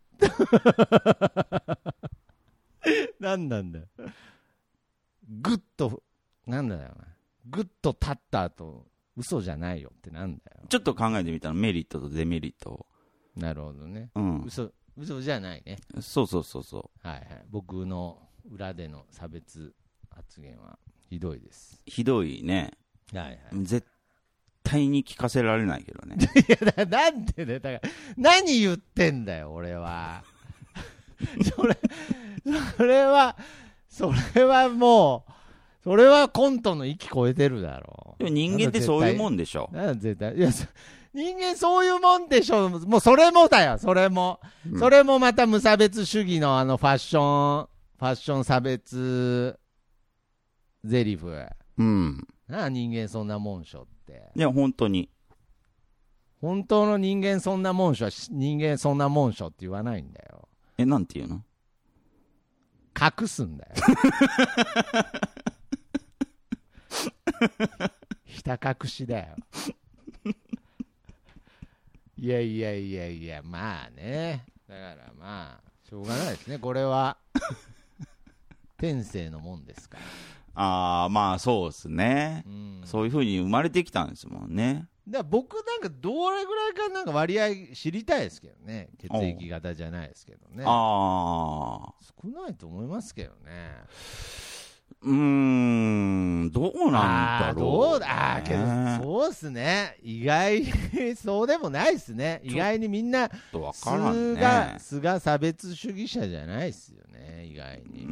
なんなんだよ。グッと、なんだよな。グッと立った後、嘘じゃないよってなんだよ。 ちょっと考えてみたらメリットとデメリット。 なるほどね。嘘じゃないね。 そう。 はいはい。僕の裏での差別発言はひどいです。 ひどいね。 はいはい。 絶対に聞かせられないけどね。 いや、なんでね、だから、何言ってんだよ、俺は。それはもう、それはコントの域超えてるだろう。 でも人間ってそういうもんでしょ。 絶対。いや、人間そういうもんでしょ。もうそれもだよ、それも。それもまた無差別主義のファッション差別ゼリフ。なあ、人間そんなもんしょって。 いや、本当に。 本当の人間そんなもんしょは人間そんなもんしょって言わないんだよ。 なんて言うの？ 隠すんだよ。ひた隠しだよ。いや、まあね。だからまあ、しょうがないですね。これは、天性のもんですから。 まあそうですね。そういう風に生まれてきたんですもんね。 だから僕なんかどれぐらいかなんか割合知りたいですけどね。血液型じゃないですけどね。少ないと思いますけどね。 どうなんだろう、ね。 けどそうっすね。意外にそうでもないっすね。意外にみんな素が差別主義者じゃないっすよね。意外に。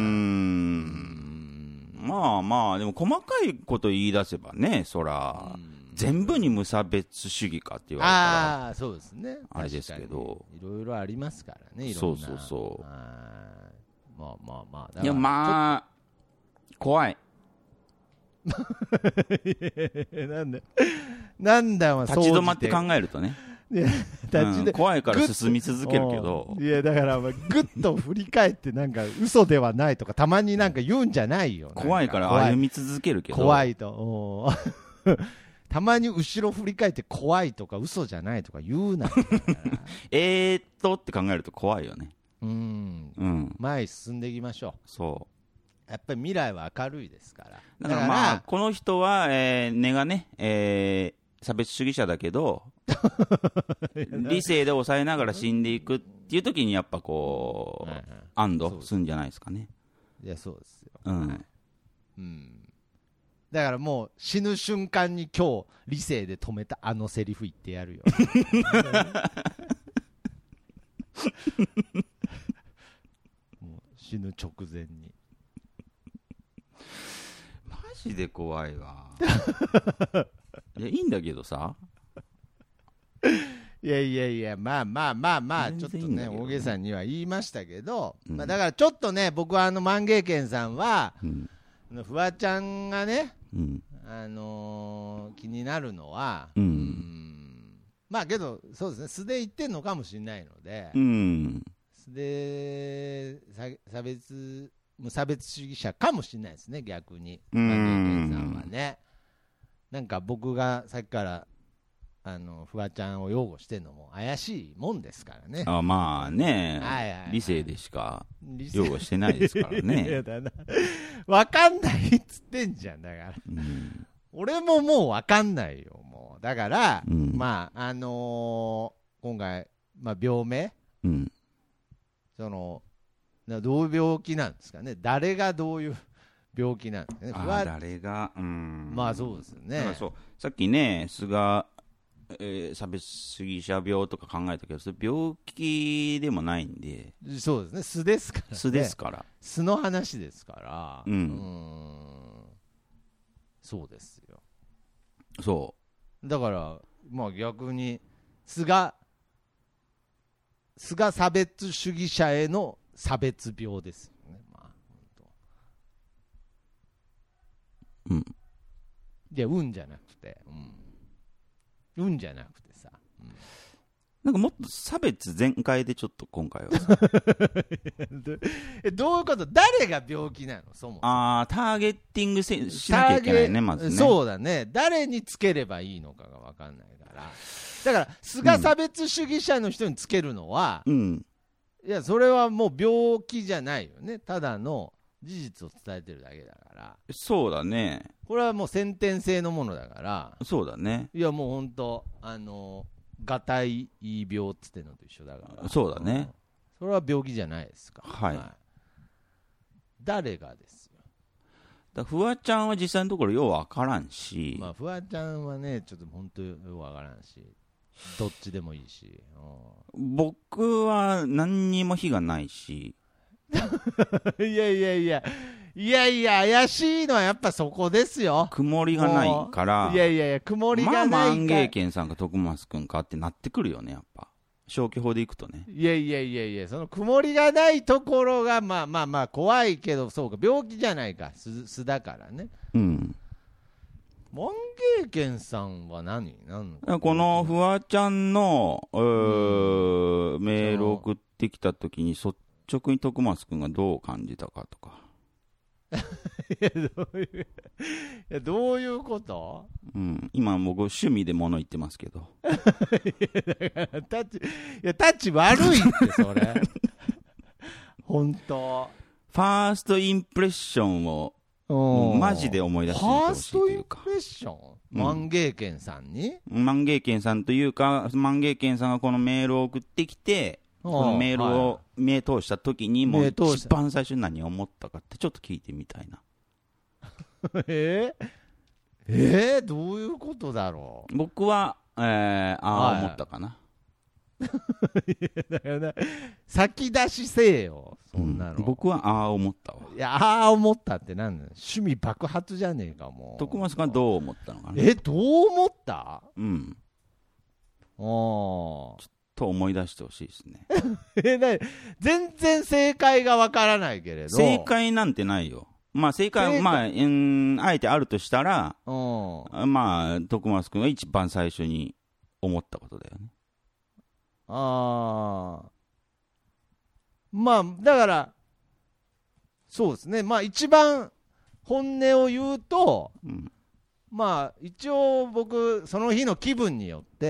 まあでも細かいこと言い出せばね、そら全部に無差別主義かって言われたらそうですね。 あれですけど、 いろいろありますからね。いろんな。 そう。 まあ。 いやまあ怖い。 なんだよ、 立ち止まって考えるとね。怖いから進み続けるけど。 いや、だからぐっと振り返ってなんか嘘ではないとかたまになんか言うんじゃないよ。 怖いから歩み続けるけど。 怖いと。たまに後ろ振り返って怖いとか嘘じゃないとか言うな。 って考えると怖いよね。 前に進んでいきましょう。 そう。 やっぱり未来は明るいですから。 だからまあこの人は、根がね、差別主義者だけど理性で抑えながら死んでいくっていう時にやっぱこう、安堵するんじゃないですかね。 いや、そうですよ。だからもう死ぬ瞬間に今日理性で止めたあのセリフ言ってやるよ。もう死ぬ直前に。 マジで怖いわ。いや、いいんだけどさ。 いや、まあ、ちょっとね、大げさには言いましたけど、だからちょっとね、僕は万芸軒さんは、フワちゃんがね、気になるのは、まあけど、そうですね、素で言ってんのかもしれないので、素で無差別主義者かもしれないですね、逆に。万芸軒さんはね。なんか僕がさっきからフワちゃんを擁護してるのも怪しいもんですからね。 まあね、 はいはいはい、 理性でしか擁護してないですからね。 いやだな、分かんないっつってんじゃん、だから、俺ももう分かんないよ、もうだから、まあ今回、まあ、病名、そのどういう病気なんですかね、誰がどういう病気なんですかね、 誰が、 まあそうですよね。 そうさっきね、菅、差別主義者病とか考えたけど、それ病気でもないんで、 そうですね、素ですから、ね、 素ですから、 素の話ですから、そうですよ。そうだから、まあ逆に菅差別主義者への差別病ですよね。まあいや、じゃなくて、じゃなくてさ、 なんかもっと差別全開でちょっと今回はどういうこと、誰が病気なの、そもそも。 ターゲッティングしなきゃいけないね、まずね。 そうだね、誰につければいいのかが分かんないから、だから菅差別主義者の人につけるのは、いや、それはもう病気じゃないよね、ただの事実を伝えてるだけだから。 そうだね、 これはもう先天性のものだから。 そうだね、 いやもう本当がたい病っつってのと一緒だから。 そうだね、 それは病気じゃないですか。 はい、 誰がですよ。 フワちゃんは実際のところようわからんし、 まあフワちゃんはね、ちょっと本当ようわからんし、どっちでもいいし、 僕は何にも非がないしいや怪しいのはやっぱそこですよ。 曇りがないから、 いや曇りがないから、 まあ万芸健さんか徳松君かってなってくるよね、やっぱ消去法でいくとね。 いやその曇りがないところがまあ怖いけど、そうか、病気じゃないか、素だからね。万芸健さんは何このフワちゃんの、メールを送ってきたときに率直に徳松君がどう感じたかとかどういうこと、 今僕趣味で物言ってますけどタッチ悪いってそれ本当ファーストインプレッションをマジで思い出してみてほしいというか。 ファーストインプレッション、万芸健さんに、 万芸健さんというか、万芸健さんがこのメールを送ってきて、このメールを目通した時に、もう一番最初に何を思ったかってちょっと聞いてみたいな。 どういうことだろう。 僕は、思ったかな。 だから先出しせえよ、そんなの。 僕は思ったわ。 いや、思ったってなんだよ、趣味爆発じゃねえか、もう。 徳松君はどう思ったのかな。 どう思った？ ちょっと思い出してほしいですね。 全然正解がわからないけれど。 正解なんてないよ。まあ正解は、あえてあるとしたら、まあ、徳松君が一番最初に思ったことだよね。 まあ、だから、そうですね。まあ一番本音を言うと、まあ一応僕、その日の気分によって、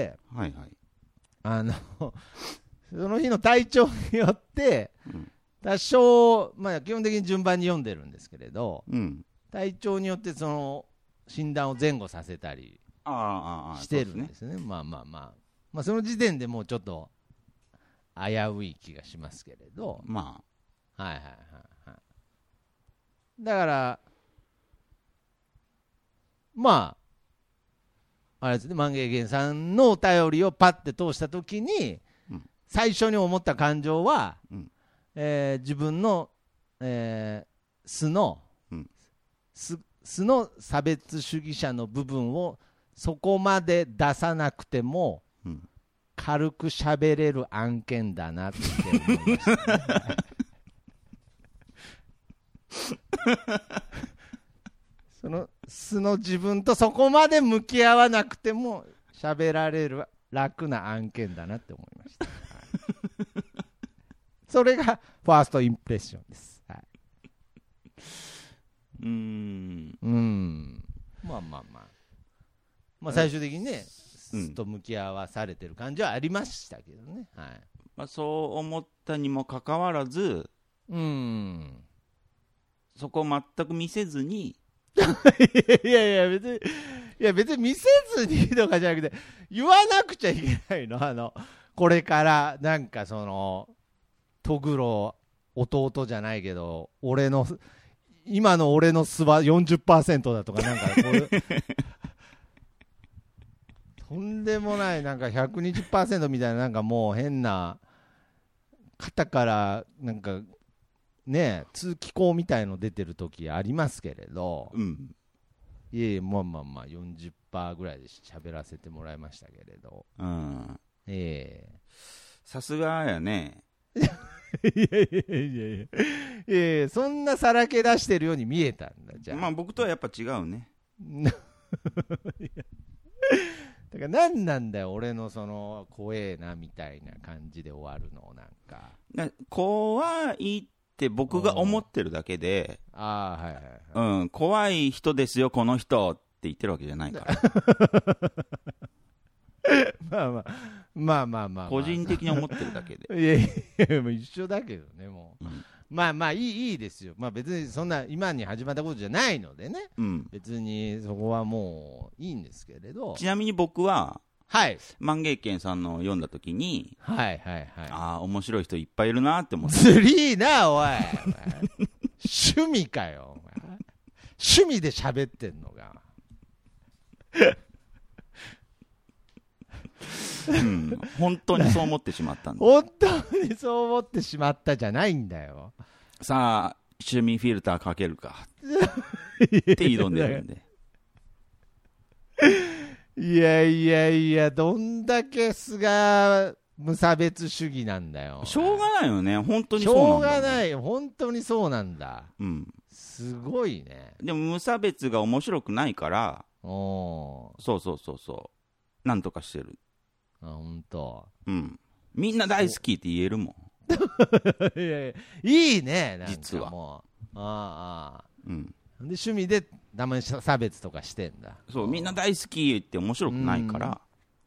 その日の体調によって、多少、まあ基本的に順番に読んでるんですけれど、体調によってその診断を前後させたりしてるんですね。まあその時点でもうちょっと危うい気がしますけれど、だからまああれですね、万芸健さんのお便りをパッて通したときに、最初に思った感情は、自分の、素の差別主義者の部分をそこまで出さなくても、軽く喋れる案件だなって思いましたね。その素の自分とそこまで向き合わなくても喋られる楽な案件だなって思いました。それがファーストインプレッションです。まあ最終的にね、 と向き合わされてる感じはありましたけどね、はい。 まあ、そう思ったにもかかわらず、そこを全く見せずにいや別に見せずにとかじゃなくて、言わなくちゃいけないの。これからなんかそのトグロ弟じゃないけど、今の俺の素は 40% だとか、なんかこういうとんでもないなんか 120% みたいな、なんかもう変な肩からなんかね、通気口みたいの出てる時ありますけれど、いえいえ、まあ40% ぐらいで喋らせてもらいましたけれど、 さすがやね。 いやそんなさらけ出してるように見えたんだ。じゃあまあ僕とはやっぱ違うね。 だから何なんだよ、俺のその怖えなみたいな感じで終わるの。なんか怖いって僕が思ってるだけで、怖い人ですよこの人って言ってるわけじゃないからまあ個人的に思ってるだけでいやもう一緒だけどね、もう、まあいいですよ。まあ別にそんな今に始まったことじゃないのでね、別にそこはもういいんですけれど。 ちなみに僕は万芸軒さんの読んだ時に、 ああ面白い人いっぱいいるなって思って。 ずりーなおい趣味かよ、趣味で喋ってんのが本当にそう思ってしまったんだ。 本当にそう思ってしまったじゃないんだよ。 さあ趣味フィルターかけるかって挑んでるんでいやどんだけ菅無差別主義なんだよ。 しょうがないよね、本当にそうなんだ。 しょうがない、本当にそうなんだ。すごいね。 でも無差別が面白くないから、そうなんとかしてる。 本当。 みんな大好きって言えるもん。 いいね、なんかもう実は。 で趣味でダメ差別とかしてんだ。 そう、みんな大好きって面白くないから。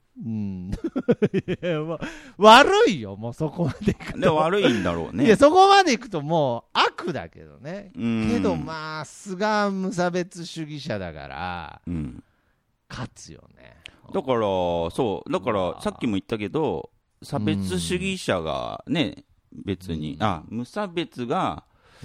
いや悪いよ、もうそこまでいくと。 で悪いんだろうね。 いやそこまでいくともう悪だけどね。けどまあ菅無差別主義者だから、勝つよね。 だからさっきも言ったけど、差別主義者がね、別に無差別が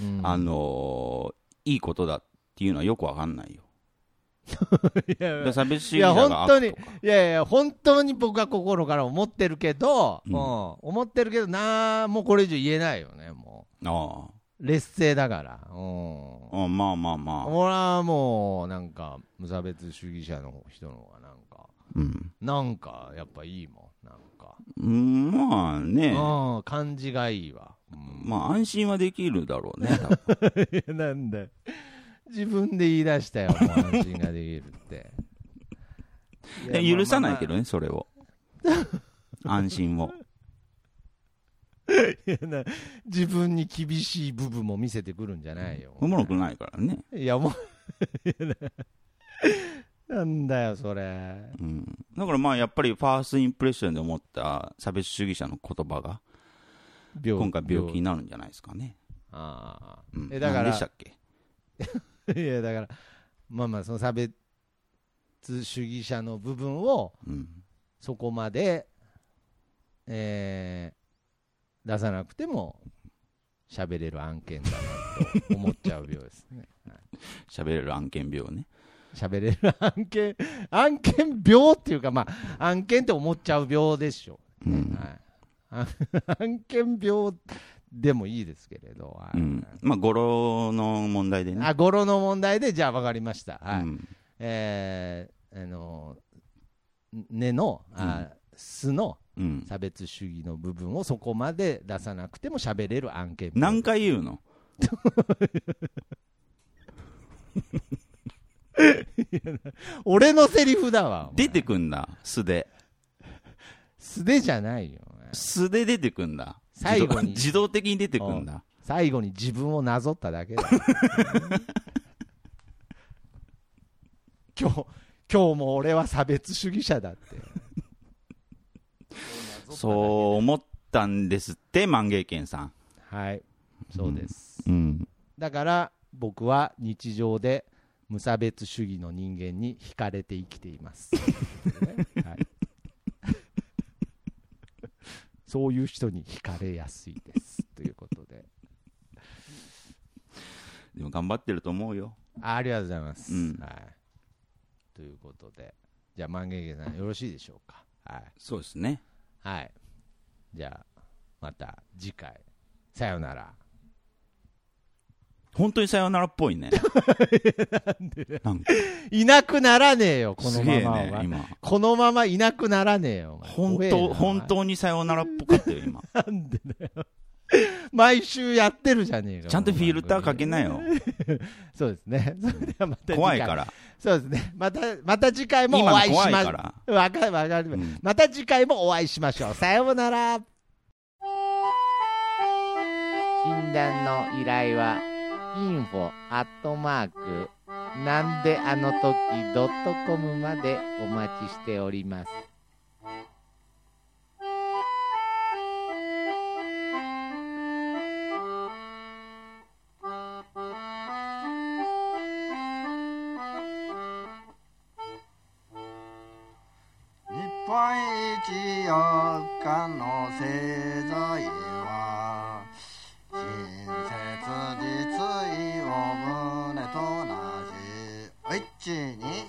いいことだっていうのはよくわかんないよ。差別主義者が悪とか。 いや本当に僕は心から思ってるけど、もうこれ以上言えないよね、もう。劣勢だから。 まあ俺はもうなんか無差別主義者の人の方がなんかやっぱいいもん、なんか。 まあね。 感じがいいわ。 まあ安心はできるだろうね。 なんだよ。自分で言い出したよ、もう安心ができるって。 許さないけどね、それを。安心を。 自分に厳しい部分も見せてくるんじゃないよ。 おもろくないからね。 いやもうなんだよそれ。 だからまあやっぱりファーストインプレッションで思った差別主義者の言葉が今回病気になるんじゃないですかね。 だから何でしたっけいやだからその差別主義者の部分を、そこまで、出さなくても喋れる案件だなと思っちゃう病ですね。 喋れる案件病ね。 喋れる案件病っていうか、案件って思っちゃう病でしょ。案件病でもいいですけれど、 語呂の問題でね。 語呂の問題で、じゃあ分かりました。根の巣の差別主義の部分をそこまで出さなくても喋れる案件。 何回言うの俺のセリフだわ。 出てくんだ、素でじゃないよ。 素で出てくんだ。 最後に自動的に出てくんだ。 最後に自分をなぞっただけだ。今日も俺は差別主義者だってそう思ったんですって、万華鏡さん。 はい、そうです、 うん、 だから僕は日常で無差別主義の人間に惹かれて生きています、はい、そういう人に惹かれやすいですということで、 でも頑張ってると思うよ。 ありがとうございます、 うん、 はい、ということで、じゃあ万華鏡さんよろしいでしょうか。はい、 そうですね。 はい、じゃあまた次回、さよなら。 本当にさよならっぽいね。なんかいなくならねえよ、このまま、 ね、今このままいなくならねえよ。 本当にさよならっぽかったよ、今。 なんでだよ。毎週やってるじゃねえか。 ちゃんとフィルターかけなよ。 そうですね。それではまた怖いから。 そうですね。また次回もお会いしましょう。わかる、また次回もお会いしましょう。さようなら。診断の依頼はinfo@ なんであの時.com までお待ちしております。 日本一四日の製材は親切実意を胸となし、お一に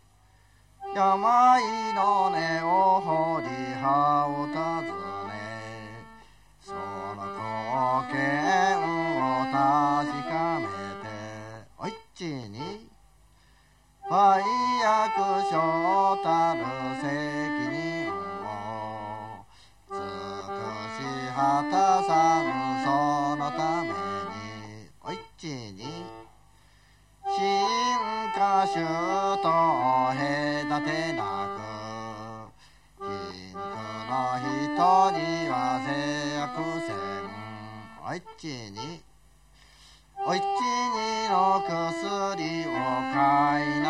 病の根を掘り葉を尋ね、その貢献を確かめて、お一に売約所たる責任を尽くし果たさぬ、そのためにお一に新歌手と隔てなく、貧苦の人には制約せん、お一にお一にの薬を買い